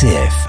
RCF.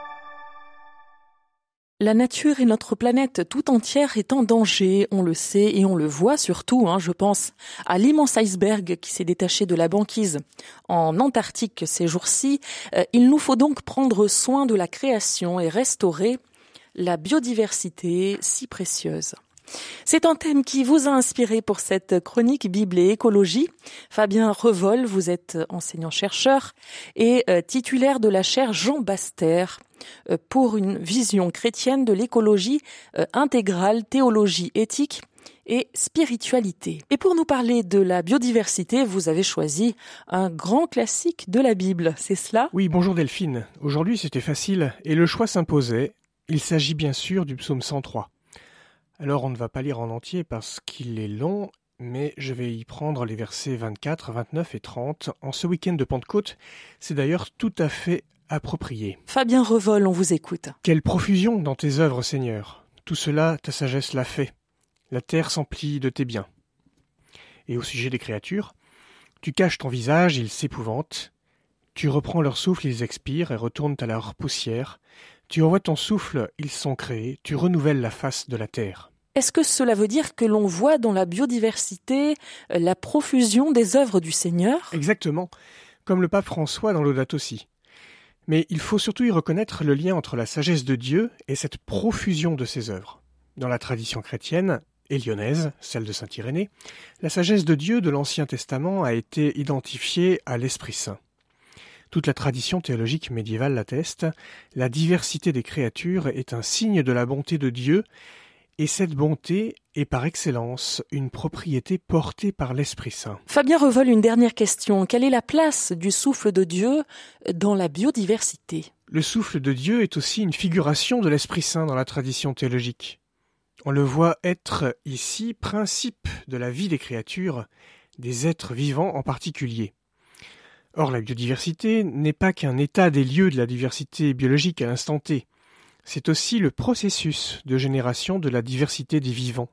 La nature et notre planète tout entière est en danger, on le sait et on le voit surtout, je pense à l'immense iceberg qui s'est détaché de la banquise en Antarctique ces jours-ci. Il nous faut donc prendre soin de la création et restaurer la biodiversité si précieuse. C'est un thème qui vous a inspiré pour cette chronique Bible et écologie. Fabien Revol, vous êtes enseignant-chercheur et titulaire de la chaire Jean Baster pour une vision chrétienne de l'écologie intégrale, théologie éthique et spiritualité. Et pour nous parler de la biodiversité, vous avez choisi un grand classique de la Bible, c'est cela ? Oui, bonjour Delphine. Aujourd'hui c'était facile et le choix s'imposait. Il s'agit bien sûr du psaume 103. Alors on ne va pas lire en entier parce qu'il est long, mais je vais y prendre les versets 24, 29 et 30 en ce week-end de Pentecôte. C'est d'ailleurs tout à fait approprié. Fabien Revol, on vous écoute. Quelle profusion dans tes œuvres, Seigneur. Tout cela, ta sagesse l'a fait. La terre s'emplit de tes biens. Et au sujet des créatures, tu caches ton visage, ils s'épouvantent. Tu reprends leur souffle, ils expirent et retournent à leur poussière. Tu envoies ton souffle, ils sont créés, tu renouvelles la face de la terre. Est-ce que cela veut dire que l'on voit dans la biodiversité la profusion des œuvres du Seigneur ? Exactement, comme le pape François dans Laudato Si. Mais il faut surtout y reconnaître le lien entre la sagesse de Dieu et cette profusion de ses œuvres. Dans la tradition chrétienne et lyonnaise, celle de saint Irénée, la sagesse de Dieu de l'Ancien Testament a été identifiée à l'Esprit Saint. Toute la tradition théologique médiévale l'atteste, la diversité des créatures est un signe de la bonté de Dieu, et cette bonté est par excellence une propriété portée par l'Esprit Saint. Fabien Revol, une dernière question. Quelle est la place du souffle de Dieu dans la biodiversité ? Le souffle de Dieu est aussi une figuration de l'Esprit Saint dans la tradition théologique. On le voit être ici principe de la vie des créatures, des êtres vivants en particulier. Or, la biodiversité n'est pas qu'un état des lieux de la diversité biologique à l'instant T. C'est aussi le processus de génération de la diversité des vivants.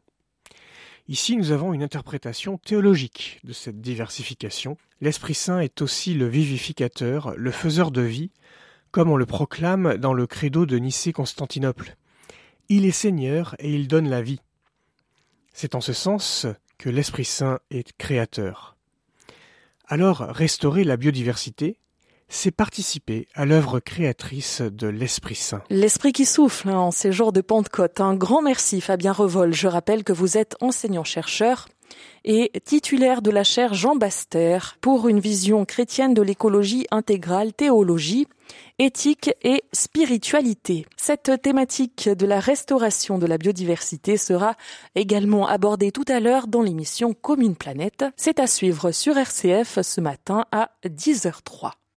Ici, nous avons une interprétation théologique de cette diversification. L'Esprit Saint est aussi le vivificateur, le faiseur de vie, comme on le proclame dans le credo de Nicée-Constantinople. Il est Seigneur et il donne la vie. C'est en ce sens que l'Esprit Saint est créateur. Alors, restaurer la biodiversité, c'est participer à l'œuvre créatrice de l'Esprit Saint. L'Esprit qui souffle en ces jours de Pentecôte. Un grand merci Fabien Revol. Je rappelle que vous êtes enseignant-chercheur et titulaire de la chaire Jean Baster pour une vision chrétienne de l'écologie intégrale, théologie, éthique et spiritualité. Cette thématique de la restauration de la biodiversité sera également abordée tout à l'heure dans l'émission Commune Planète. C'est à suivre sur RCF ce matin à 10h03.